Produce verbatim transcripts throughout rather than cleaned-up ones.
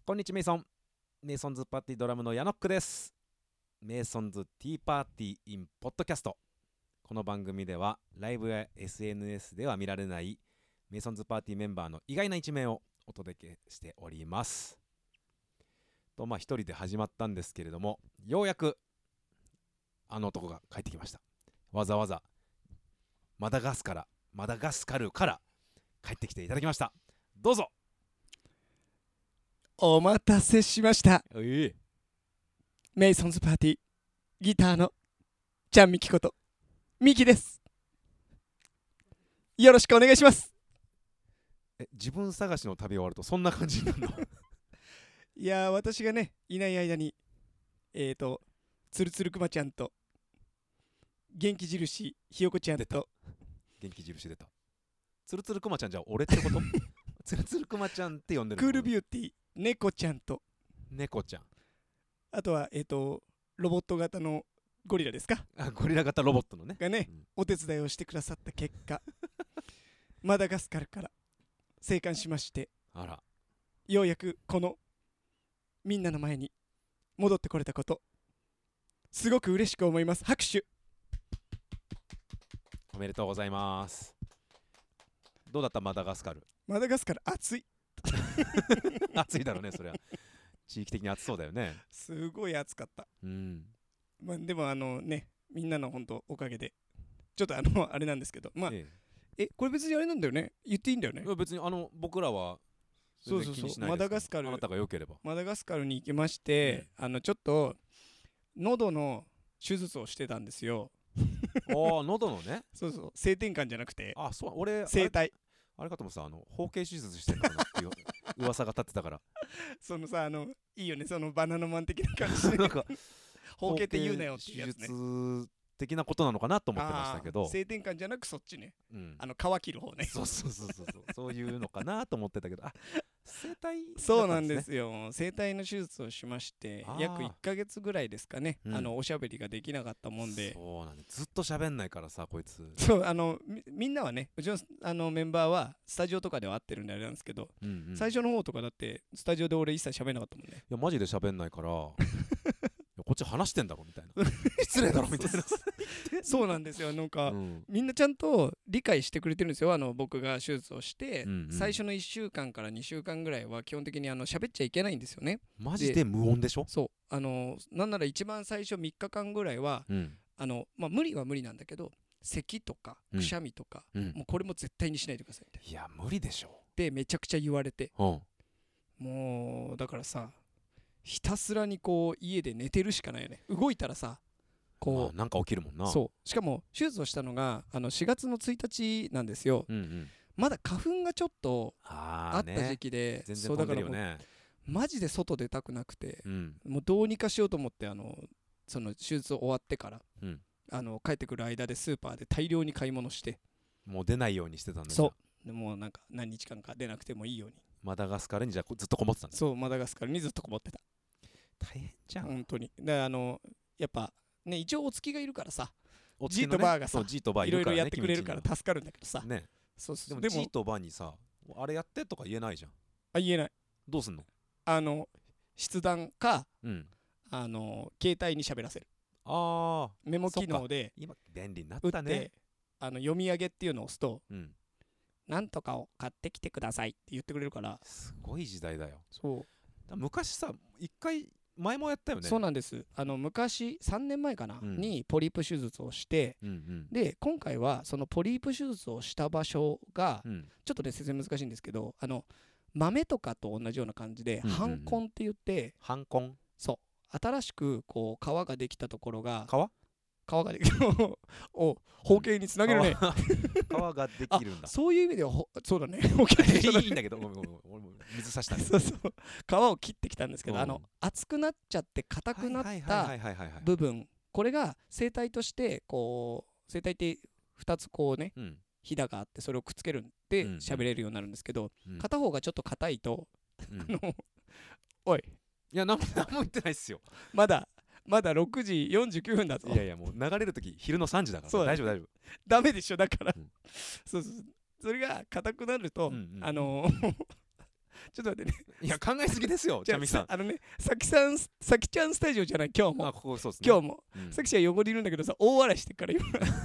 こんにちはメイソンメイソンズパーティードラムのヤノックです。メイソンズティーパーティーインポッドキャスト。この番組ではライブや エスエヌエス では見られないメイソンズパーティーメンバーの意外な一面をお届けしておりますと。まあ一人で始まったんですけれども、ようやくあの男が帰ってきました。わざわざマダガスカラマダガスカルから帰ってきていただきました。どうぞ。 お待たせしました。 ええ、 メイソンズパーティーギターのちゃんみきことみきです。よろしくお願いします。 え自分探しの旅終わるとそんな感じになるのいやー、私がねいない間にえーとつるつるくまちゃんと元気印ひよこちゃんと元気印出た。つるつるくまちゃんじゃ俺ってことつるつるくまちゃんって呼んでるの。 クールビューティー猫ちゃんと、 猫ちゃん、 あとはえーとロボット型のゴリラですかあ、ゴリラ型ロボットのねがね、 うん、 お手伝いをしてくださった結果マダガスカルから生還しまして、 あら、 ようやくこのみんなの前に戻ってこれたこと、すごく嬉しく思います。拍手。 おめでとうございます。どうだったマダガスカル。 マダガスカル暑い暑いだろうね、そりゃ地域的に暑そうだよね。 すごい暑かった、 うん、 まあ、でもあのね、みんなの本当おかげでちょっとあのあれなんですけど、まあええこれ別にあれなんだよね、言っていいんだよね。 いや別にあの僕らは全然気にしないです。 マダガスカル、 あなたが良ければ。 マダガスカルに行きまして、うん、あのちょっと喉の手術をしてたんですよああ、喉のねそうそう、性転換じゃなくて、 あ、そう、俺声帯あれかと思ってさ、あの包茎手術してんのかなっていう噂が立ってたからそのさ、あのいいよね、そのバナナマン的な感じでなんか包茎って言うなよっていうやつね、 手術的なことなのかなと思ってましたけど、 性転換じゃなくそっちね、 うん、 あの皮切る方ねそうそうそうそうそうそういうのかなと思ってたけど、あ、声帯だったんですね。 そうなんですよ、声帯の手術をしまして、約いっかげつぐらいですかね、うん、あのおしゃべりができなかったもんで。 そうなんで、ずっと喋んないからさ、こいつ。 そう、あの み, みんなはね、うちのあのメンバーはスタジオとかでは会ってるんであれなんですけど、うんうん、最初の方とかだってスタジオで俺一切喋んなかったもんね。 いやマジで喋んないからこっち話してんだろみたいな失礼だろみたいなそうなんですよ、なんか、うん、みんなちゃんと理解してくれてるんですよ。あの僕が手術をして、うんうん、最初のいっしゅうかんからにしゅうかんぐらいは基本的にあの喋っちゃいけないんですよね。 マジで無音でしょ。 そう、あのなんなら一番最初みっかかんぐらいは、うん、あのまあ、無理は無理なんだけど、咳とかくしゃみとか、うん、もうこれも絶対にしないでくださいみたいな。 いや無理でしょでめちゃくちゃ言われて、うん、もうだからさ、ひたすらにこう家で寝てるしかないよね。動いたらさこう、 まあ、なんか起きるもんな。 そうしかも手術をしたのがあのしがつのついたちなんですよ、うんうん、まだ花粉がちょっとあった時期で、 全然飛んでるよね。 そうだからもうマジで外出たくなくて、 うん、 もうどうにかしようと思って、あのその手術終わってから、うん、あの帰ってくる間でスーパーで大量に買い物して、 もう出ないようにしてたんだ。 そうでもうなんか何日間か出なくてもいいようにマダガスカルにじゃあずっとこもってたんだ。 そう、マダガスカルにずっとこもってた。 大変じゃん本当に。であのやっぱね、一応お付きがいるからさ、 ね、 G とバーがさ、 G とバーいろいろやってくれるから助かるんだけどさ、 ね、 そうそう。 でも G とバーにさ、あれやってとか言えないじゃん。 あ、言えない。 どうすんの。 あの筆談か、 うん、 あの携帯に喋らせる。 あメモ機能で今便利になったね。 あの読み上げっていうのを押すと、 うん、 なんとかを買ってきてくださいって言ってくれるから。 すごい時代だよ。 そうだ昔さ、一回前もやったよね。 そうなんです。あの昔さんねんまえかな、うん、にポリープ手術をして、うんうん、で今回はそのポリープ手術をした場所が、うん、ちょっとね説明難しいんですけど、あの豆とかと同じような感じで、うんうんうん、斑根って言って、 斑根、 そう新しくこう皮ができたところが、 皮皮ができたお包茎につなげるね。 皮ができるんだ。 そういう意味ではそうだね。 いいんだけど、ごめんごめん俺も水差したね。 そうそう、皮を切ってきたんですけど、あの厚くなっちゃって硬くなった部分、これが声帯としてこう、声帯ってふたつこうね、うん、ひだがあって、それをくっつけるんで喋れるようになるんですけど、うん、片方がちょっと硬いと、うん、あのおい、 いや何も言ってないっすよ。 まだまだろくじよんじゅうきゅうふんだぞ。 いやいや、もう流れるとき昼のさんじだから、そう大丈夫大丈夫。 ダメでしょ、だから、うん、そうそう、それが硬くなると、うんうん、あのー、 ちょっと待ってね。 いや考えすぎですよ、ちゃみさん。 あのね、さきさん、さきちゃんスタジオじゃない、今日も。 あ、ここそうですね。 今日も。うん、さきちゃん横にいるんだけどさ、大笑いしてるから今。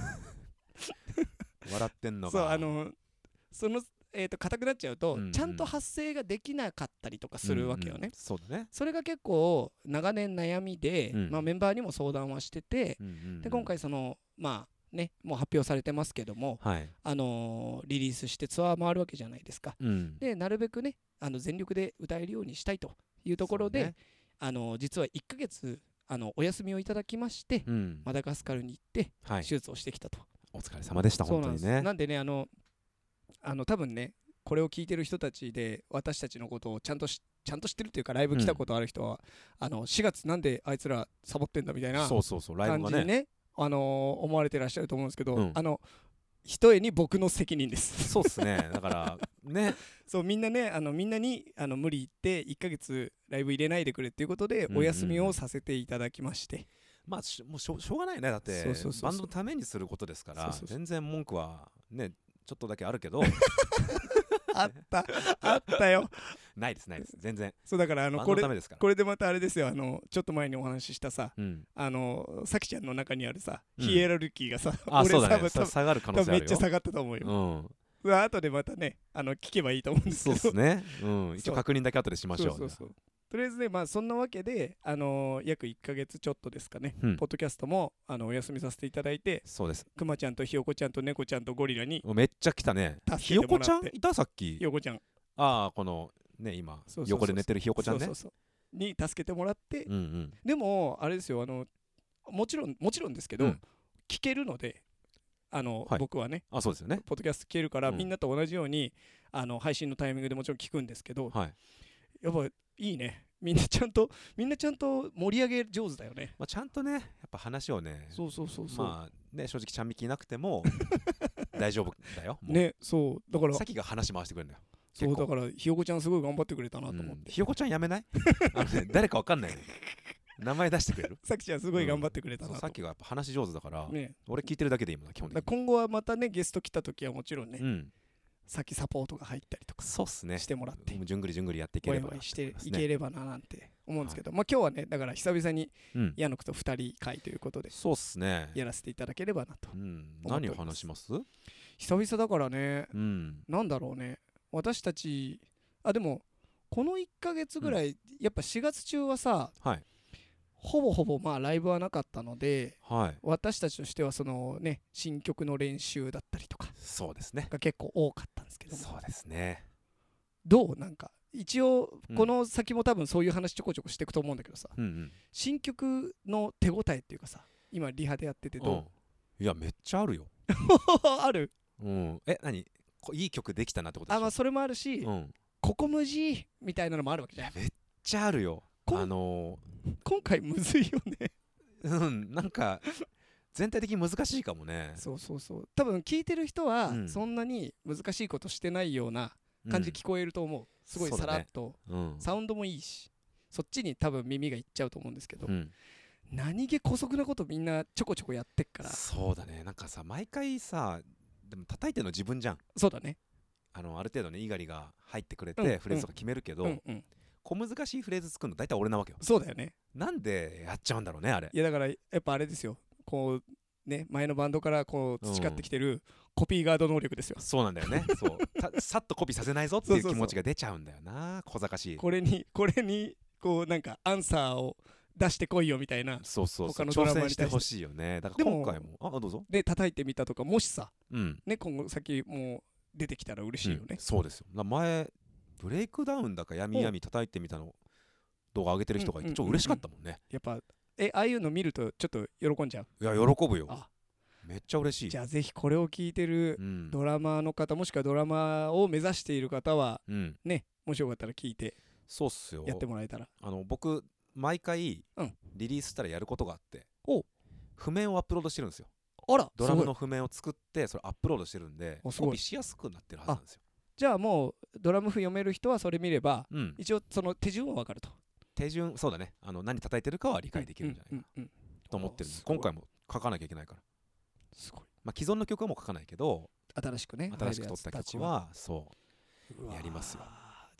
笑ってんのか。 そう、あの、その、えーと、硬くなっちゃうと、うんうん、ちゃんと発声ができなかったりとかするわけよね。うんうん、 そうだね。 それが結構長年悩みで、うん、まあ、メンバーにも相談はしてて、うんうんうん、で今回そのまあねもう発表されてますけども、はい、あのー、リリースしてツアー回るわけじゃないですか。うん、でなるべくねあの全力で歌えるようにしたいというところで、ね、あのー、実はいっかげつあのお休みをいただきまして、うん、マダガスカルに行って手術をしてきたと。はい、 お疲れ様でした。本当にね。 なんでねあのあの多分ねこれを聞いてる人たちで私たちのことをちゃんとしちゃんと知ってるっていうかライブ来たことある人は、うん、あのしがつなんであいつらサボってんだみたいな感じにね、あのー、思われてらっしゃると思うんですけど、うん、あのひとえに僕の責任です。 そうですね。だからねそうみんなねあのみんなにあの無理言っていっかげつライブ入れないでくれっていうことでお休みをさせていただきまして、うんうん、 まあしもうしょ、しょうがないね。だってそうそうそうそうバンドのためにすることですから。そうそうそう全然文句はねちょっとだけあるけどあったあったよ。 ないですないです全然。 そうだからあのこれこれでまたあれですよ、あのちょっと前にお話ししたさ、うん、あのさきちゃんの中にあるさ、うん、ヒエラルキーがさ、 あ、俺そうだね、下がる可能性あるよ。 めっちゃ下がったと思うよ。うん、あとでまたねあの聞けばいいと思うんですけど。 そうですね、うん、一応確認だけ後でしましょう。そうそうそうとりあえずね、まあそんなわけで、あのー、約いっかげつちょっとですかね、うん、ポッドキャストもあのお休みさせていただいて、 そうです。 くまちゃんとひよこちゃんと猫ちゃんとゴリラにめっちゃ来たね。ひよこちゃんいたさっき。 ひよこちゃん。 ああこのね今そうそうそう横で寝てるひよこちゃんね。そうそうそうに助けてもらって、うんうん、でもあれですよ、あのもちろんもちろんですけど、うん、聞けるので。あのはい、僕はねあそうですよねポッドキャスト聞けるから、うん、みんなと同じようにあの配信のタイミングでもちろん聞くんですけど、はい、やっぱいいね。みんなちゃんとみんなちゃんと盛り上げ上手だよね。 まあ、ちゃんとねやっぱ話をねそうそうそうそうまあね正直ちゃんみきいなくても大丈夫だよ。もうねそうだからさきが話回してくれるんだよ。 そうだからひよこちゃんすごい頑張ってくれたなと思って、うん、 ひよこちゃんやめないあの、ね、誰かわかんないよね名前出してくれるさきちゃんすごい頑張ってくれたなと、うん、 さっきがやっぱ話上手だから、ね、俺聞いてるだけでいいもんな基本的に。 今後はまたねゲスト来た時はもちろんね、 うんさっきサポートが入ったりとかそうっすねしてもらってじゅんぐりじゅんぐりやっていければお祝いしていければななんて思うんですけど、はい、まあ今日はねだから久々に矢野くとふたり会ということで、うん、 そうっすねやらせていただければなと、うん、 何を話します？ 久々だからね、うん、なんだろうね私たちあでもこのいっかげつぐらい、うん、やっぱしがつ中はさ、はいほぼほぼまあライブはなかったので、はい、私たちとしてはそのね新曲の練習だったりとかそうですねが結構多かったんですけどもそうですねどうなんか一応この先も多分そういう話ちょこちょこしていくと思うんだけどさ、うんうん、新曲の手応えっていうかさ今リハでやっててどう、うん、 いやめっちゃあるよある、 うん、え何いい曲できたなってことでしょ。 あまあそれもあるし、うん、ここ無事みたいなのもあるわけじゃん。 めっちゃあるよあのー、今回むずいよねうんなんか全体的に難しいかもね。 そうそうそう多分聞いてる人はそんなに難しいことしてないような感じ聞こえると思う、うん、すごいさらっと、ねうん、サウンドもいいしそっちに多分耳がいっちゃうと思うんですけど、うん、何気姑息なことみんなちょこちょこやってっから。 そうだねなんかさ毎回さでも叩いてるの自分じゃん。 そうだねあのある程度ね猪狩が入ってくれて、うん、フレーズとか決めるけど、うんうん小難しいフレーズ作るの大体俺なわけよ。 そうだよね。 なんでやっちゃうんだろうねあれ。 いやだからやっぱあれですよこうね前のバンドからこう培ってきてるコピーガード能力ですよ、 うん、そうなんだよねそうさっとコピーさせないぞっていう気持ちが出ちゃうんだよな小賢しい。 これにこれにこうなんかアンサーを出してこいよみたいな。 そうそうそう他のドラマに対して挑戦してほしいよね。だから今回もあどうぞで叩いてみたとかもしさ、うんね、今後先もう出てきたら嬉しいよね、うん、 そうですよ。前ブレイクダウンだかやみやみ叩いてみたの動画上げてる人がいてちょっと嬉しかったもんね。 やっぱえああいうの見るとちょっと喜んじゃう。 いや喜ぶよ。あめっちゃ嬉しい。 じゃあぜひこれを聞いてるドラマーの方、もしくはドラマーを目指している方は、うん、ねもしよかったら聞いてそうっすよやってもらえたら。 あの僕毎回リリースしたらやることがあって、うん、譜面をアップロードしてるんですよ。 あらドラムの譜面を作ってそれアップロードしてるんでコピーしやすくなってるはずなんですよ。 じゃあもうドラム譜読める人はそれ見れば、うん、一応その手順は分かると。 手順そうだねあの何叩いてるかは理解できるんじゃないかと思ってるんで、今回も書かなきゃいけないからすごい、まあ、既存の曲はもう書かないけど新しくね新しく撮った曲はそうやりますよ。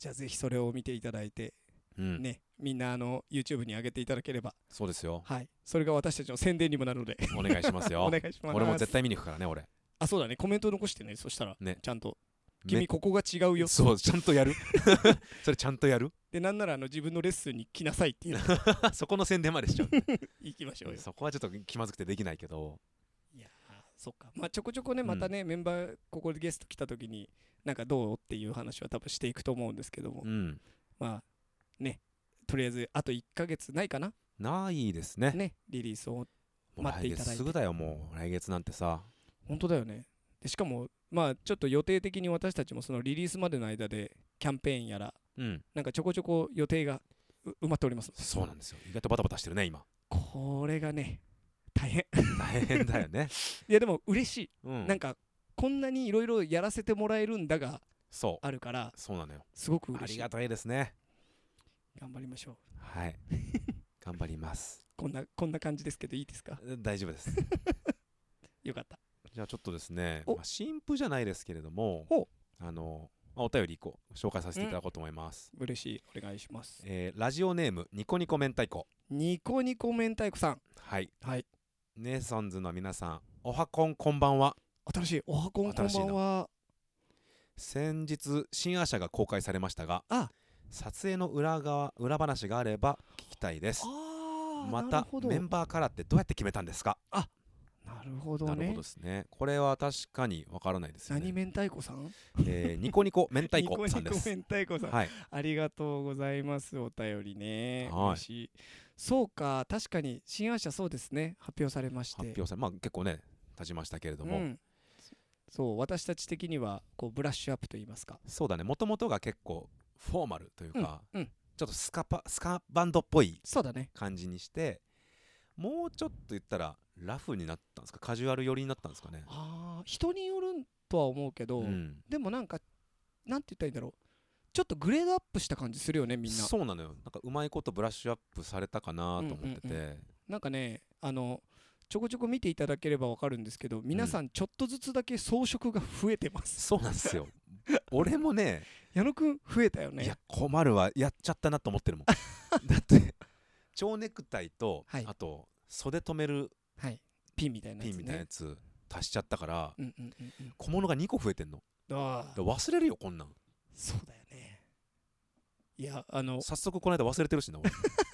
じゃあぜひそれを見ていただいて、うん、ね、みんなあの YouTube に上げていただければ。 そうですよ。 はい。それが私たちの宣伝にもなるのでお願いしますよ。 お願いします。 俺も絶対見に行くからね、俺。 あ、そうだね。コメント残してね。そしたら、ね、ちゃんと。君ここが違うよ。 そう、ちゃんとやるそれちゃんとやるで、なんならあの自分のレッスンに来なさいっていうそこの宣伝までしちゃう行きましょうよ。 そこはちょっと気まずくてできないけど。 いやそっか、まあ、ちょこちょこねまたね、うん、メンバーここでゲスト来た時になんかどうっていう話は多分していくと思うんですけども、うん、まあね、とりあえずあといっかげつないかな。 ないですね。 ね、リリースを待っていただいて。 もう来月すぐだよ。もう来月なんてさ。 本当だよね。でしかもまあちょっと予定的に私たちもそのリリースまでの間でキャンペーンやら、うん、なんかちょこちょこ予定が埋まっております。 そうなんですよ。意外とバタバタしてるね今。 これがね大変大変だよねいやでも嬉しい、うん、なんかこんなにいろいろやらせてもらえるんだがあるから、 そうなのよ。 すごく嬉しい。 ありがたいですね。 頑張りましょう。 はい頑張ります。 こんなこんな感じですけどいいですか？ 大丈夫ですよかった。 じゃあちょっとですね、まあ、新譜じゃないですけれども、あの、まあ、お便りこう紹介させていただこうと思います。 うん、嬉しい、お願いします。 えー、ラジオネームニコニコ明太子。 ニコニコ明太子さん。 はい、 はい、 ネーソンズの皆さん、おはこんこんばんは。 新しい、おはこんこんばんは。 先日新アーシャが公開されましたが、 あ、 撮影の裏側裏話があれば聞きたいです。 あ、 またメンバーカラーってどうやって決めたんですか？ あ、なるほどね。 なるほどですね。これは確かにわからないですよね。 何明太子さん？ えー、ニコニコ明太子さんです。 ニコニコ明太子さん、 はい、ありがとうございます。お便りね。 はい、 嬉しい。そうか、確かに新アーシャそうですね、発表されまして。 発表され、まあ結構ね経ちましたけれども、うん、 そう私たち的にはこうブラッシュアップと言いますか。 そうだね。もともとが結構フォーマルというか、 うんうん、 ちょっとスカパスカバンドっぽいそうだね感じにして、もうちょっと言ったらラフになったんですか、カジュアル寄りになったんですかね。 あ、人によるとは思うけど、うん、でもなんかなんて言ったらいいんだろう、ちょっとグレードアップした感じするよね、みんな。 そうなのよ。なんかうまいことブラッシュアップされたかなと思ってて、うんうんうん、 なんかね、あのちょこちょこ見ていただければ分かるんですけど、皆さんちょっとずつだけ装飾が増えてます、 うん、そうなんですよ俺もね矢野くん増えたよね。 いや困るわ、やっちゃったなと思ってるもんだって蝶ネクタイと、はい、あと袖止める、 はい、ピンみたいなやつ、ね、 ピンみたいなやつ足しちゃったから、 うんうんうんうん、 小物がにこ増えてんの。 あ忘れるよこんなん。 そうだよね。いや、あの早速この間忘れてるしな俺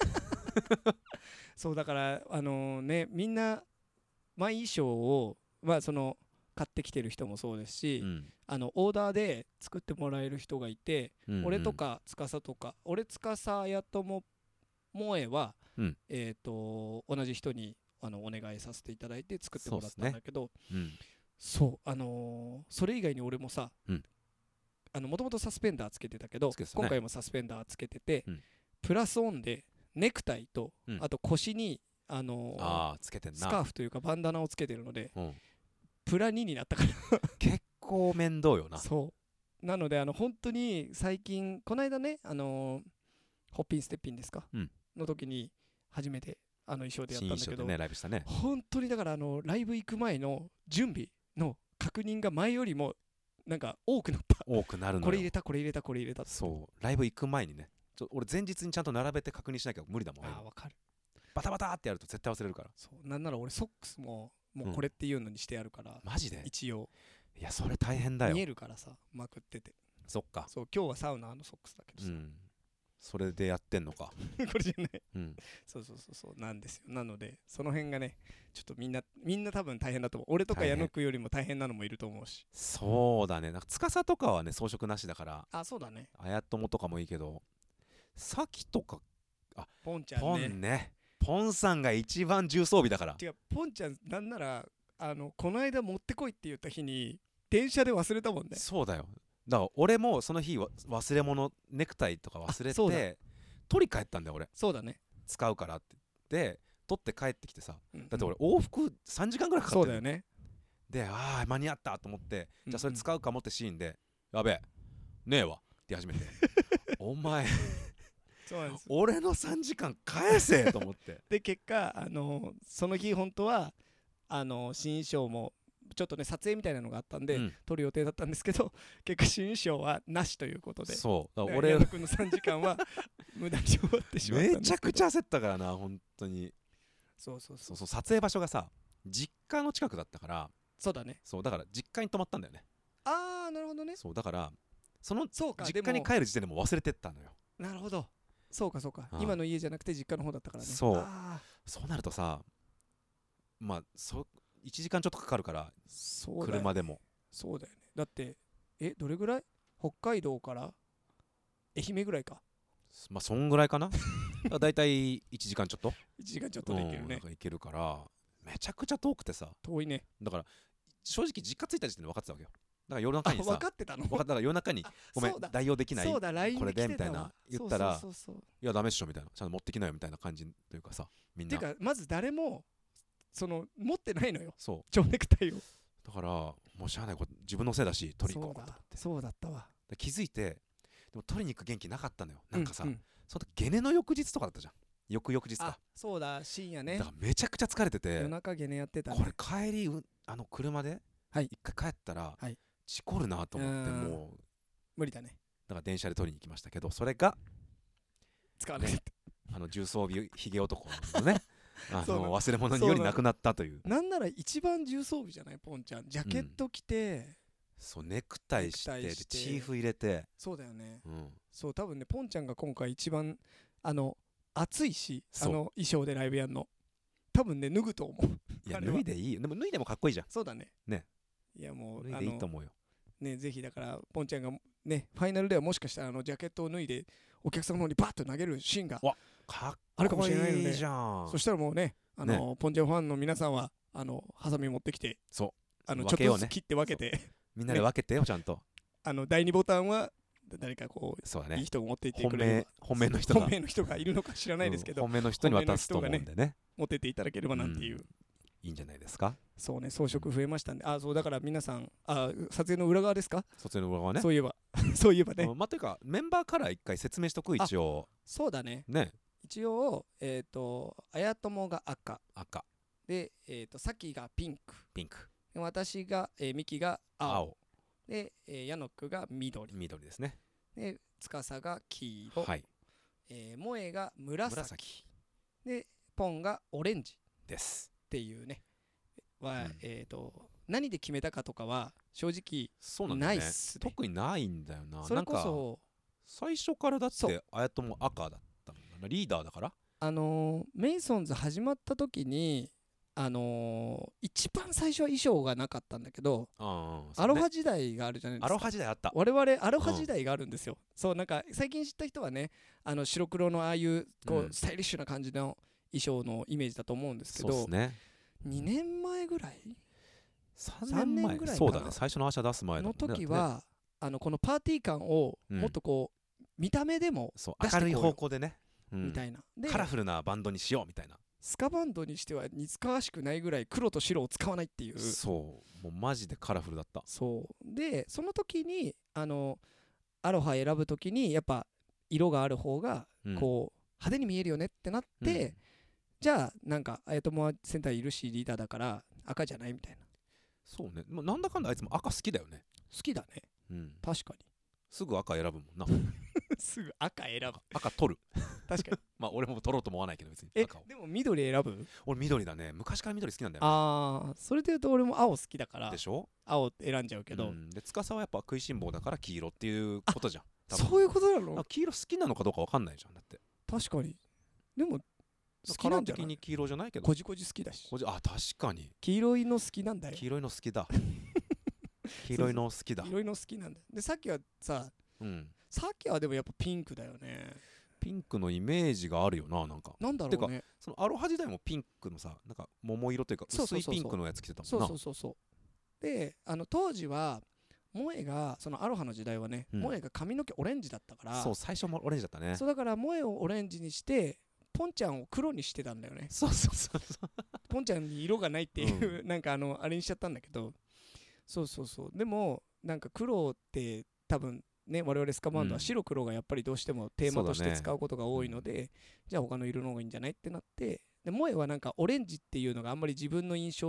そうだからあのー、ね、みんなマイ衣装を、まあ、その買ってきてる人もそうですし、うん、あのオーダーで作ってもらえる人がいて、うんうん、俺とか司とか、俺司綾友萌えは、うん、えーと同じ人にあのお願いさせていただいて作ってもらったんだけど、そう、ね、うん、そうあのー、それ以外に俺もさ、もともとサスペンダーつけてたけど、ね、今回もサスペンダーつけてて、うん、プラスオンでネクタイと、うん、あと腰にあのー、 あつけてんな、 スカーフというかバンダナをつけてるので、うん、プラにになったから結構面倒よな。 そうなのであの本当に最近この間ね、あのー、ホッピンステッピンですか、うん、の時に初めてあの衣装でやったんだけど、 ね、ライブしたね。 本当にだからあのライブ行く前の準備の確認が前よりもなんか多くなった。 多くなるのよ。 これ入れたこれ入れたこれ入れたって。 そうライブ行く前にね、ちょ俺前日にちゃんと並べて確認しなきゃ無理だもん。 ああ分かる。 バタバタってやると絶対忘れるから。 そうなんなら俺ソックスももうこれっていうのにしてやるから、うん、 マジで一応いやそれ大変だよ。 見えるからさ、まくってて。 そっか。 そう今日はサウナのソックスだけどさ、うん、 それでやってんのかこれじゃない、うん、そうそうそうそうなんですよ。なのでその辺がねちょっとみんなみんな多分大変だと思う。俺とか矢野くんよりも大変なのもいると思うし。 そうだね。なんか司とかはね装飾なしだから。 あ、そうだね。 綾友とかもいいけど、さきとか、あ、 ポンちゃんね。 ポンね。ポンさんが一番重装備だから。 違う、ポンちゃんなんならあのこの間持ってこいって言った日に電車で忘れたもんね。 そうだよ。だから俺もその日忘れ物ネクタイとか忘れて取り帰ったんだよ俺。 そうだね。 使うからってで取って帰ってきてさ、うんうん、だって俺往復さんじかんぐらいかかってる。 そうだよね。 で、ああ間に合ったと思って、うんうん、じゃあそれ使うかもってシーンで、やべえねえわって言い始めてお前そうなんです。 俺のさんじかん返せと思ってで結果あのその日本当はあの新衣装もちょっとね撮影みたいなのがあったんで、 うん、 撮る予定だったんですけど結果新衣装はなしということで、 そう俺矢野くんのさんじかんは無駄に終わってしまったんですけどめちゃくちゃ焦ったからな本当に。 そうそうそうそうそう撮影場所がさ実家の近くだったから、 そうだね、 そうだから実家に泊まったんだよね。 ああなるほどね。 そうだからそのそうか実家に帰る時点でもう忘れてったのよ。 なるほど、そうかそうか、 ああ今の家じゃなくて実家の方だったからね。 そうあそうなるとさまあそいちじかんちょっとかかるから、 そうだよね、 車でもそうだよね。だってえどれぐらい、北海道から愛媛ぐらいか、 まあそんぐらいかなだいたいいちじかんちょっといちじかんちょっとで行けるね、 うん、行けるからめちゃくちゃ遠くてさ、 遠いね。 だから正直実家着いた時点で分かってたわけよ。だから夜中にさ分かってたの分かっただから夜中にごめん代用できないそうだ ラインこれでみたい来てたわな言ったら、 そうそうそうそういやダメっしょみたいな、ちゃんと持ってきなよみたいな感じというかさ、みんなてかまず誰もその持ってないのよ、 そう蝶ネクタイを。 だからもうしゃあない、これ自分のせいだし取りに行こうと思ってそうだったわ。 で気づいて、でも取りに行く元気なかったのよ。なんかさ、 うんうん、 その時ゲネの翌日とかだったじゃん。翌々日か。 あそうだ深夜ね、 だからめちゃくちゃ疲れてて、 夜中ゲネやってた、ね、 これ帰りうあの車ではい一回帰ったら、 はい、 事故るなと思って、 うんもう無理だね。 だから電車で取りに行きましたけど、それが使わなかった、 あの重装備ひげ男のねあそうなのの忘れ物によりなくなったという。 なんなら一番重装備じゃないポンちゃん、ジャケット着て、 そうネクタイしてネクタイしてチーフ入れて、 そうだよね、 うん、 そう多分ねポンちゃんが今回一番あの暑いし、あそうの衣装でライブやんの多分ね脱ぐと思う。 いやあれは脱いでいいよ。でも脱いでもかっこいいじゃん。 そうだね。 ね、 いやもう脱いでいいと思うよ。 ね、ぜひだからポンちゃんがねファイナルではもしかしたらあのジャケットを脱いでお客さんの方にバッと投げるシーンがかあるかっこもしれないので、 いいじゃん。 そしたらもうねあのねポンちゃんファンの皆さんはあのハサミ持ってきて、 そうあのちょ分けようねっとずつ切って分けて、 みんなで分けてよ、ちゃんと。 あのだいにボタンは誰かこうそうだね。 いい人が持っていって本くれれ命ば、 本命の人が本命の人がいるのか知らないですけど、 うん本命の人に渡すと思うんでね。 持ってっていただければなんていう、 うんいいんじゃないですか。 そうね装飾増えましたんで、あそうだから皆さんあ撮影の裏側ですか、 撮影の裏側ね。 そういえばそういえばね、 うんまあというかメンバーカラー一回説明しとく、一応そうだね、 ね。 一応えっ、ー、と綾友が赤赤で、えー、とさきがピンクピンクで私が、えー、ミキが青青で、えー、ヤノックが緑緑ですね。 で司が黄色、 はいえー、萌えが紫紫でポンがオレンジですっていうねは、 うん、 えー、と何で決めたかとかは正直そうなんだよね。 ないっすね。 特にないんだよな。 それこそ最初からだっそて綾友赤だったんだな、リーダーだから。 あのー、メイソンズ始まった時にあのー、一番最初は衣装がなかったんだけど、 うんうんね、 アロハ時代があるじゃないですか。 アロハ時代あった。 我々アロハ時代があるんですよ、うん、そうなんか最近知った人はねあの白黒のああいうこう、うん、スタイリッシュな感じの衣装のイメージだと思うんですけど、 そうですね、 にねんまえぐらいさんねんまえぐらいそうだね、最初のアーシャ出す前だもんね。 の時は、ね、あのこのパーティー感をもっとこう、うん、見た目でもそう明るい方向でね、 うん、みたいなでカラフルなバンドにしようみたいな。 スカバンドにしては似つかわしくないぐらい黒と白を使わないっていう。 そうもうマジでカラフルだった。 そうでその時にあのアロハ選ぶ時にやっぱ色がある方がこう、うん、派手に見えるよねってなって、うん、じゃあなんか綾友はセンターいるしリーダーだから赤じゃないみたいな。 そうね、まあ、なんだかんだあいつも赤好きだよね。 好きだね、うん、確かにすぐ赤選ぶもんなすぐ赤選ぶ赤取る確かにまあ俺も取ろうと思わないけど別にえ赤を。 でも緑選ぶ？ 俺緑だね、昔から緑好きなんだよね。 ああそれで言うと俺も青好きだからでしょ、 青選んじゃうけど、うん、 で司はやっぱ食いしん坊だから黄色っていうことじゃん。 そういうことなの？ 黄色好きなのかどうか分かんないじゃんだって。 確かにでも好きなんじゃない？的に黄色じゃないけどこじこじ好きだし。 あ確かに黄色いの好きなんだよ。 黄色いの好きだ黄色いの好きだ黄色いの好きなんだよ。でさっきはさ、 うん、 さっきはでもやっぱピンクだよね。 ピンクのイメージがあるよな。なんかなんだろうね。 てかそのアロハ時代もピンクのさなんか桃色というか薄いピンクのやつ着てたもんな。 そうそうそうそうであの当時は萌えがそのアロハの時代はね、うん、萌えが髪の毛オレンジだったからそう最初もオレンジだったね。 そうだから萌えをオレンジにしてポンちゃんを黒にしてたんだよね。 そうそうそうそうポンちゃんに色がないっていう、うん、なんかあのあれにしちゃったんだけどそうそうそうでもなんか黒って多分ね我々スカバンドは白黒がやっぱりどうしてもテーマとして使うことが多いので、ね、じゃあ他の色の方がいいんじゃないってなってで萌えはなんかオレンジっていうのがあんまり自分の印象と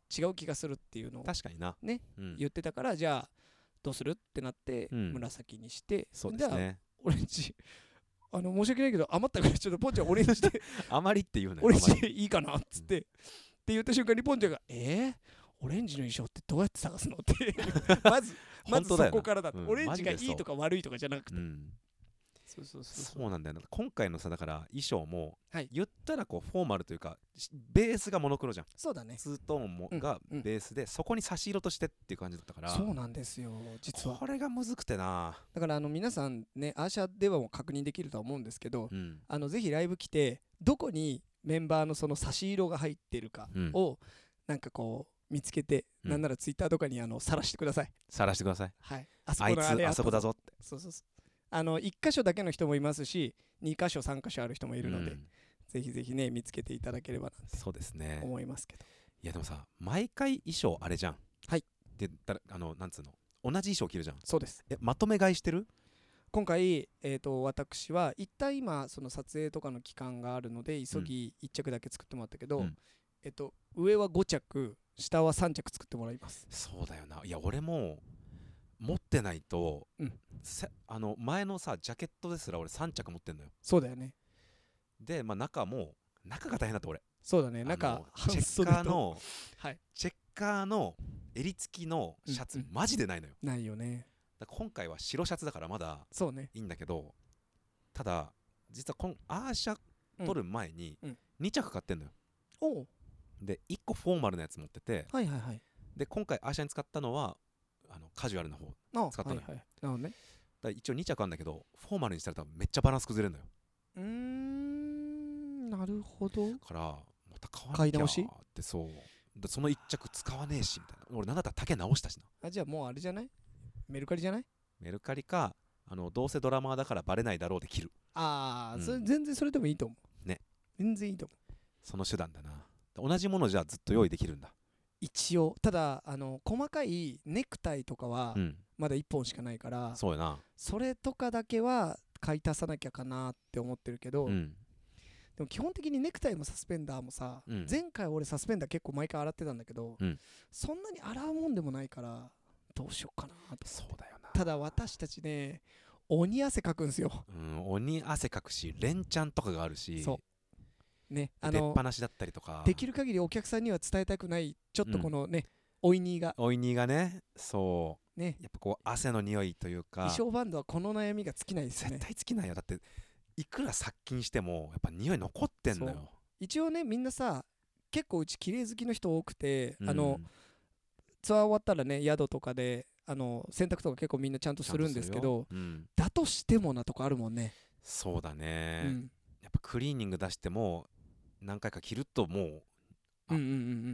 違う気がするっていうのを確かにな、 ね、 うん、 言ってたから、じゃあどうするってなってうん紫にして、 そうですね、 じゃあオレンジあの申し訳ないけど余ったからちょっとポンちゃんオレンジであまりって言うねオレンジでいいかなっつって、うん、って言った瞬間にポンちゃんがえー、オレンジの衣装ってどうやって探すのってまずまずそこからだと、うん、オレンジがいいとか悪いとかじゃなくて、うん、 そうそうそうそうなんだよな。今回のさだから衣装も、はい、言ったらこうフォーマルというかベースがモノクロじゃん。 そうだね。 ツートーンも、うん、がベースで、うん、そこに差し色としてっていう感じだったから。 そうなんですよ実は。 これがむずくてな。 だからあの皆さんねアーシャではも確認できるとは思うんですけど、うん、あのぜひライブ来てどこにメンバーのその差し色が入ってるかを、うん、なんかこう見つけて、うん、なんならツイッターとかにあの晒してください。 晒してください。 はい。 あそこのあれあいつあそこだぞって。 そうそうそう。あのいっ箇所だけの人もいますしに箇所さん箇所ある人もいるので、うん、ぜひぜひね見つけていただければなってそうですね思いますけど。 いやでもさ毎回衣装あれじゃん。 はい。 でだあのなんつうの同じ衣装着るじゃん。 そうです。 えまとめ買いしてる？ 今回、えー、と私は一旦今その撮影とかの期間があるので急ぎいっ着だけ作ってもらったけど、うん、えー、と上はご着下はさん着作ってもらいます。 そうだよな。いや俺も持ってないと、うん、あの前のさジャケットですら俺さん着持ってんのよ。 そうだよね。 で、まあ、中も中が大変だった俺。 そうだね。中チェッカーの、はい、チェッカーの襟付きのシャツ、うんうん、マジでないのよ。 ないよね。 だ今回は白シャツだからまだいいんだけど、ね、ただ実はこのアーシャ撮る前にに着買ってんのよ、 うんうん、 でいっこフォーマルなやつ持ってて、 はいはいはい、 で今回アーシャに使ったのはあのカジュアルな方使ったのよ、はいはい、なるほどね、だ一応に着あるんだけどフォーマルにしたら多分めっちゃバランス崩れるのよ。 うーんなるほど。 からまた買わなきゃってそうだそのいっ着使わねえしみたいな。俺なんだったら丈直したしな。 あじゃあもうあれじゃないメルカリじゃない？ メルカリかあのどうせドラマーだからバレないだろうで切る。 ああ、うん、それ全然それでもいいと思うね。 全然いいと思う。 その手段だな。同じものじゃずっと用意できるんだ一応。ただあの細かいネクタイとかはまだいっぽんしかないから、うん、 そうやな。 それとかだけは買い足さなきゃかなって思ってるけど、うん、でも基本的にネクタイもサスペンダーもさ、うん、前回俺サスペンダー結構毎回洗ってたんだけど、うん、そんなに洗うもんでもないからどうしようかなと。 そうだよな。 ただ私たちね鬼汗かくんすよ、 うん、鬼汗かくし連チャンとかがあるし、 そうね、 あの出っ放しだったりとかできる限りお客さんには伝えたくないちょっとこのね、うん、おいにがおいにがねそうねやっぱこう汗の匂いというか衣装バンドはこの悩みが尽きないですね。 絶対尽きないよ。だっていくら殺菌してもやっぱ匂い残ってんのよ。 一応ねみんなさ結構うち綺麗好きの人多くて、うん、あのツアー終わったらね宿とかであの洗濯とか結構みんなちゃんとするんですけど、うん、だとしてもなとこあるもんね。 そうだね、うん、やっぱクリーニング出しても何回か着るともうあ、うんうんうん、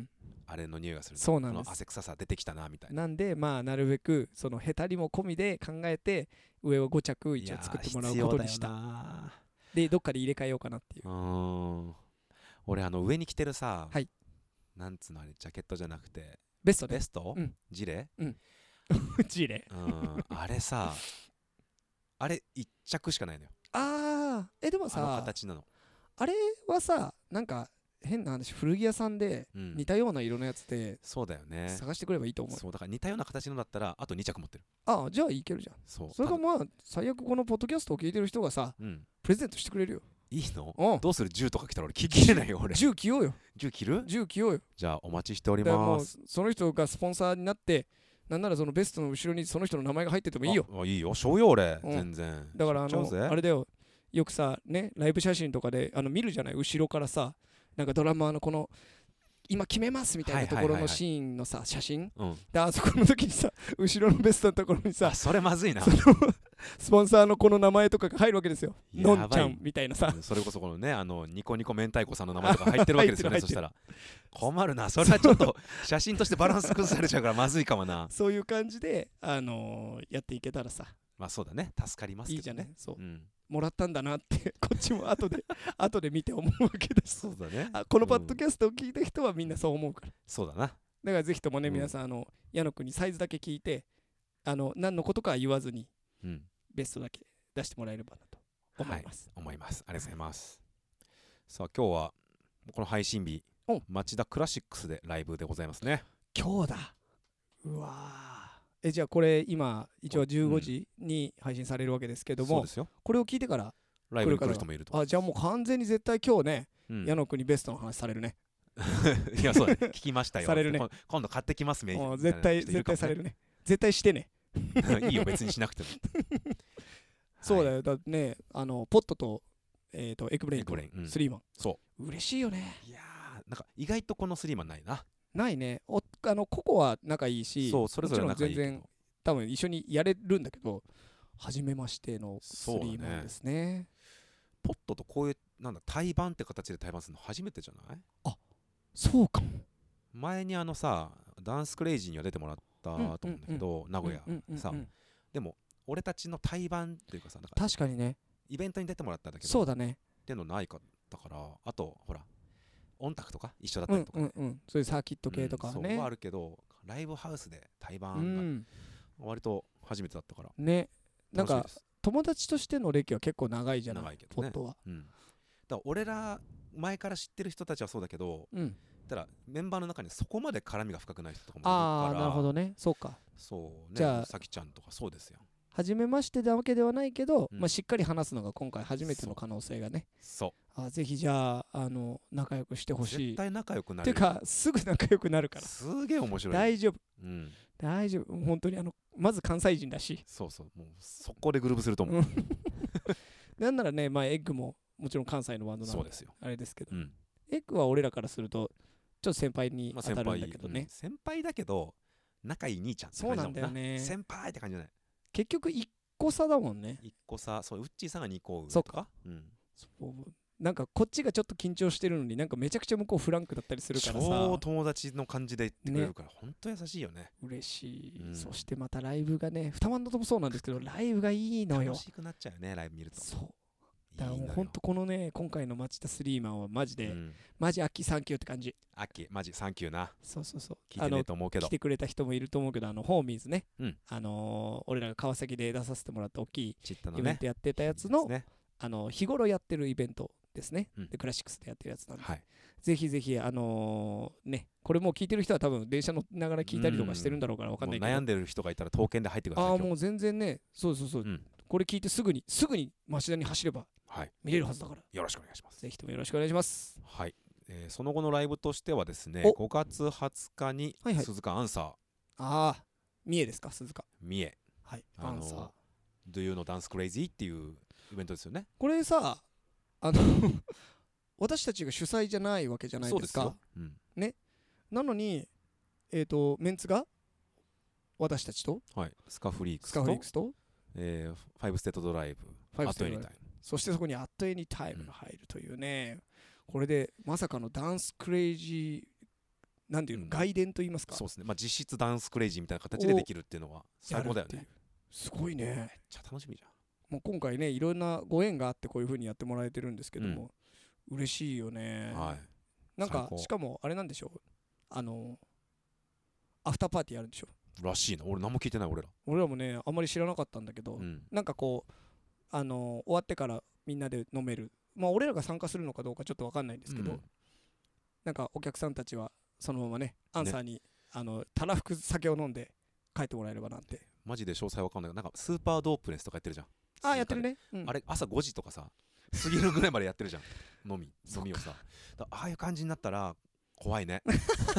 あれの匂いがする。 そうなんです。 この汗臭さ出てきたなみたいな。 なんでまあなるべくそのへたりも込みで考えて上をご着一応作ってもらうことにした。でどっかで入れ替えようかなっていう。 うん俺あの上に着てるさ、 はい、 なんつうのあれジャケットじゃなくてベストベスト、うん、ジレ、 うん、ジレ、 うん、あれさあれ一着しかないのよ。 あーえでもさあの形なの。 あれはさなんか変な話古着屋さんで似たような色のやつで、うん、 そうだよね探してくればいいと思う。 そうだから似たような形のだったらあとに着持ってる。 ああじゃあいけるじゃん。そうそれがまあ最悪このポッドキャストを聞いてる人がさ、うん、プレゼントしてくれるよ。 いいの？うん、どうする？銃とか来たら俺着きれないよ俺。 銃着ようよ。 銃着る？ 銃着ようよ。 じゃあお待ちしております。 もうその人がスポンサーになってなんならそのベストの後ろにその人の名前が入っててもいいよ。 ああいいよしょうよ俺、うん、全然。 だからあのあれだよよくさねライブ写真とかであの見るじゃない後ろからさなんかドラマーのこの今決めますみたいなところのシーンのさ写真、うん、であそこの時にさ後ろのベストのところにさそれまずいなスポンサーのこの名前とかが入るわけですよ。のんちゃんみたいなさ、 それこそこのねあのニコニコ明太子さんの名前とか入ってるわけですよねそしたら困るな。それはちょっと写真としてバランス崩されちゃうからまずいかもな。 そういう感じで、あのー、やっていけたらさまあそうだね助かりますけどね。いいじゃねそう、うん、もらったんだなってこっちも後で後で見て思うわけです。 そうだね。 あこのポッドキャストを聞いた人はみんなそう思うから、うん、 そうだな。だからぜひともね、うん、皆さんあの矢野くんにサイズだけ聞いてあの何のことかは言わずに、うん、ベストだけ出してもらえればなと思います、 はい、思います。ありがとうございます。さあ今日はこの配信日町田クラシックスでライブでございますね。 今日だ。うわえじゃあこれ今一応じゅうごじに配信されるわけですけども、 そうですよ。 これを聞いてからライブに来る人もいると。 あじゃあもう完全に絶対今日ね、 うん、 矢野国ベストの話されるね。 いやそうだね、聞きましたよ。 されるね。 今度買ってきますね。 絶対絶対されるね。絶対してね。 いいよ別にしなくても。 そうだよ。だってねあのポットとえっとエクブレインとスリーマン。そう嬉しいよね。 いやなんか意外とこのスリーマンないな。 ないね。おあの個々は仲いいし、 そうそれぞれ仲いいけど全然多分一緒にやれるんだけど、初めましてのスリーマンですね。ねポットとこういうなんだ対バンって形で対バンするの初めてじゃない？ あ、そうかも。 前にあのさダンスクレイジーには出てもらったと思うんだけど、名古屋さ、でも俺たちの対バンっていうかさ、 確かにねイベントに出てもらったんだけど、 そうだねっていうのないかったから、あとほら音楽とか一緒だったりとか、ね、 うんうんうん、そういうサーキット系とかね、 うん、そうはあるけどライブハウスで対バンが割と初めてだったからね。なんか友達としての歴は結構長いじゃない、 長いけどね、 ポットは、 うん、だから俺ら前から知ってる人たちはそうだけど、うん、ただメンバーの中にそこまで絡みが深くない人とかもいるから。 ああなるほどね。そうか。 そうね。 じゃあさきちゃんとかそうですよ。 初めましてなわけではないけど、うん、まあ、しっかり話すのが今回初めての可能性がね。 そうあぜひじゃあ、あの仲良くしてほしい。 絶対仲良くなる。 ていうかすぐ仲良くなるから。 すげえ面白い。 大丈夫、 うん、 大丈夫。本当にあのまず関西人だし。 そうそう、もうそこでグループすると思う。 なんならね、まあ、エッグももちろん関西のバンドなのであれですけど、うん、エッグは俺らからするとちょっと先輩に当たるんだけどね、まあ先輩、うん、 先輩だけど仲いい兄ちゃんって感じだもんな。そうなんだよね。 先輩って感じじゃない。 結局いっこ差だもんね。 いっこ差。そう、ウッチーさんがにこ上とか。 そうか、うん、そうなんかこっちがちょっと緊張してるのになんかめちゃくちゃ向こうフランクだったりするからさ、 超友達の感じで言ってくれるから、ね、ほんと優しいよね。 嬉しい、うん、そしてまたライブがねにバンドともそうなんですけどライブがいいのよ。 楽しくなっちゃうよねライブ見ると。 そうだからもうほんとこのね今回の町田スリーマンはマジで、うん、マジアッキーサンキューって感じ。 アッキーマジサンキューな。 そうそうそう。 聞いてねえと思うけど来てくれた人もいると思うけど、あのホーミーズね、うん、あのー、俺らが川崎で出させてもらった大きいイベントやってたやつの、ね、あの日頃やってるイベントですね、うん、でクラシックスでやってるやつなんで、はい、ぜひぜひあのー、ねこれもう聞いてる人は多分電車乗りながら聞いたりとかしてるんだろうから分かんないけど、 悩んでる人がいたら刀剣で入ってください。 ああもう全然ね、そうそうそう、うん、これ聞いてすぐにすぐに町田に走れば見れるはずだから、はい、 よろしくお願いします。 ぜひともよろしくお願いします。 はい、えー、その後のライブとしてはですね、ごがつはつかに鈴鹿アンサー、はいはい、 ああ三重ですか。鈴鹿三重、 はい、アンサー Do You Know Dance Crazy っていうイベントですよね。 これさあの私たちが主催じゃないわけじゃないですか。そうですよ、うん、ね。なのにえっ、ー、とメンツが私たちと、 はい、スカフリークスと、 スカフリークスと、 えー、ファイブステートドライブ、アットエニタイム、 そしてそこにアットエニタイムが入るというね、うん、これでまさかのダンスクレイジーなんていうの、うん、外伝と言いますか。 そうですね、まあ、実質ダンスクレイジーみたいな形でできるっていうのは最高だよね。 すごいね。めっちゃ楽しみじゃん。 もう今回ねいろんなご縁があってこういう風にやってもらえてるんですけども、うん、嬉しいよね、はい、なんかしかもあれなんでしょう、あのアフターパーティーやるんでしょらしいな。俺何も聞いてない。俺ら俺らもねあんまり知らなかったんだけど、うん、なんかこうあの終わってからみんなで飲める、まあ俺らが参加するのかどうかちょっと分かんないんですけど、うん、なんかお客さんたちはそのままねアンサーに、ね、あのたらふく酒を飲んで帰ってもらえればなんて。 マジで詳細分かんないけど、なんかスーパードープネスとかやってるじゃん。 あやってるね、うん、 あれ朝ごじとかさ過ぎるぐらいまでやってるじゃん飲み飲みをさだああいう感じになったら怖いね、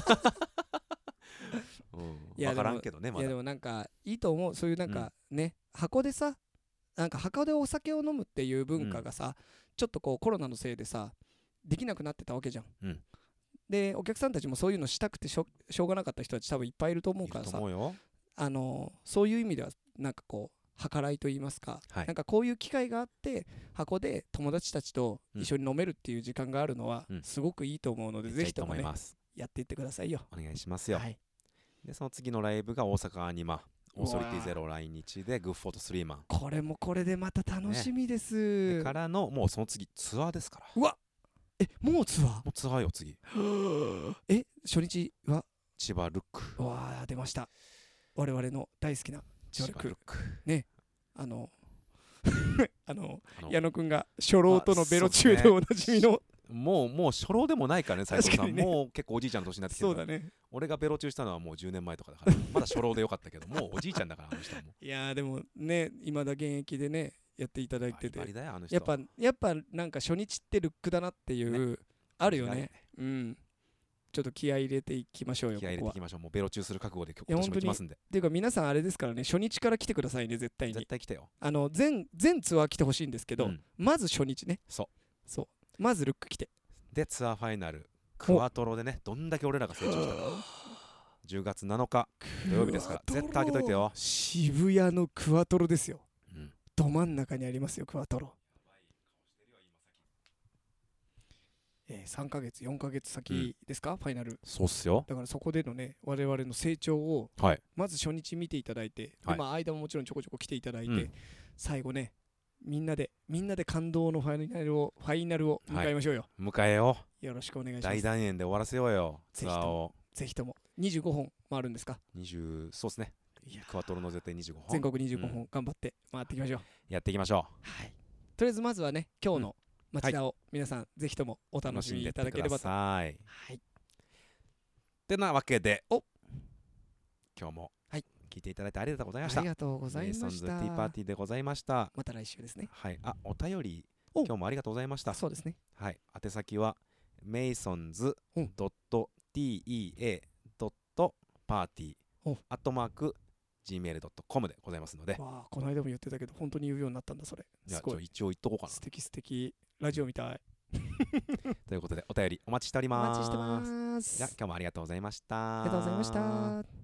うん、分からんけどね。まだいやでもなんかいいと思う。そういうなんかね、うん、箱でさなんか箱でお酒を飲むっていう文化がさ、うん、ちょっとこうコロナのせいでさできなくなってたわけじゃん、うん、でお客さんたちもそういうのしたくてし ょ, しょうがなかった人たち多分いっぱいいると思うからさ、あのそういう意味ではなんかこう計らいと言いますか、はい、なんかこういう機会があって箱で友達たちと一緒に飲めるっていう時間があるのはすごくいいと思うので、うん、ぜひともねやっていってくださいよ。 お願いしますよ、はい、でその次のライブが大阪アニマオーソリティゼロ来日でグッフォーとスリーマン。 これもこれでまた楽しみです、 ね、でからのもうその次ツアーですから。 うわえもうツアーもうツアーよ次え初日は千葉ルック。 うわー出ました。我々の大好きな千葉ルックね。あのあの矢野くんが初老とのベロ中でおなじみのもうもう初老でもないからね斉藤さん、 ね、 もう結構おじいちゃんの年になってきてる。 そうだね。 俺がベロ中したのはもうじゅうねんまえとかだからまだ初老でよかったけどもうおじいちゃんだからあの人も。 いやでもね今だ現役でねやっていただいてて、 バリバリだよあの人。 やっぱやっぱなんか初日ってルックだなっていう、ね、あるよね。うん。ちょっと気合い入れていきましょうよ。 気合い入れていきましょう。もうベロ中する覚悟で今年も行きますんで。 っていうか皆さんあれですからね、初日から来てくださいね、絶対に。 絶対来てよ。 あの全全ツアー来てほしいんですけど、うん、まず初日ね。 そうそうまずルック来て、 でツアーファイナルクワトロでね、どんだけ俺らが成長したか。じゅうがつなのか土曜日ですから絶対開けといてよ。 渋谷のクワトロですよ、 うん、 ど真ん中にありますよクワトロ。えー、さんかげつよんかげつ先ですか、うん、ファイナル。 そうっすよ。 だからそこでのね我々の成長を、 はい、 まず初日見ていただいて、はい、まあ間ももちろんちょこちょこ来ていただいて、うん、最後ねみんなでみんなで感動のファイナルをファイナルを迎えましょうよ、 はい、迎えよう。よろしくお願いします。 大団円で終わらせようよツアーを。 ぜひともにじゅうごほん回るんですか。 にじゅうそうですね。クワトロの絶対にじゅうごほん、 全国にじゅうごほん頑張って回っていきましょう、うん、 やっていきましょう。 はい、とりあえずまずはね今日の町田を皆さんぜひともお楽しみいただければと。 はい。 はい。 てなわけでお今日も聞いていただいてありがとうございました。 ありがとうございました。 メイソンズティーパーティーでございました。 また来週ですね。 はい。あ、お便り今日もありがとうございました。 そうですね。 はい。宛先はメイソンズドットティーエードットパーティーアットマークジーメールドットコム でございますので。 わあ、この間も言ってたけど本当に言うようになったんだそれ。 いや、ちょ一応言っとこうかな。 素敵素敵。ラジオみたい。 ということでお便りお待ちしております。 お待ちしてます。 じゃあ今日もありがとうございました。 ありがとうございました。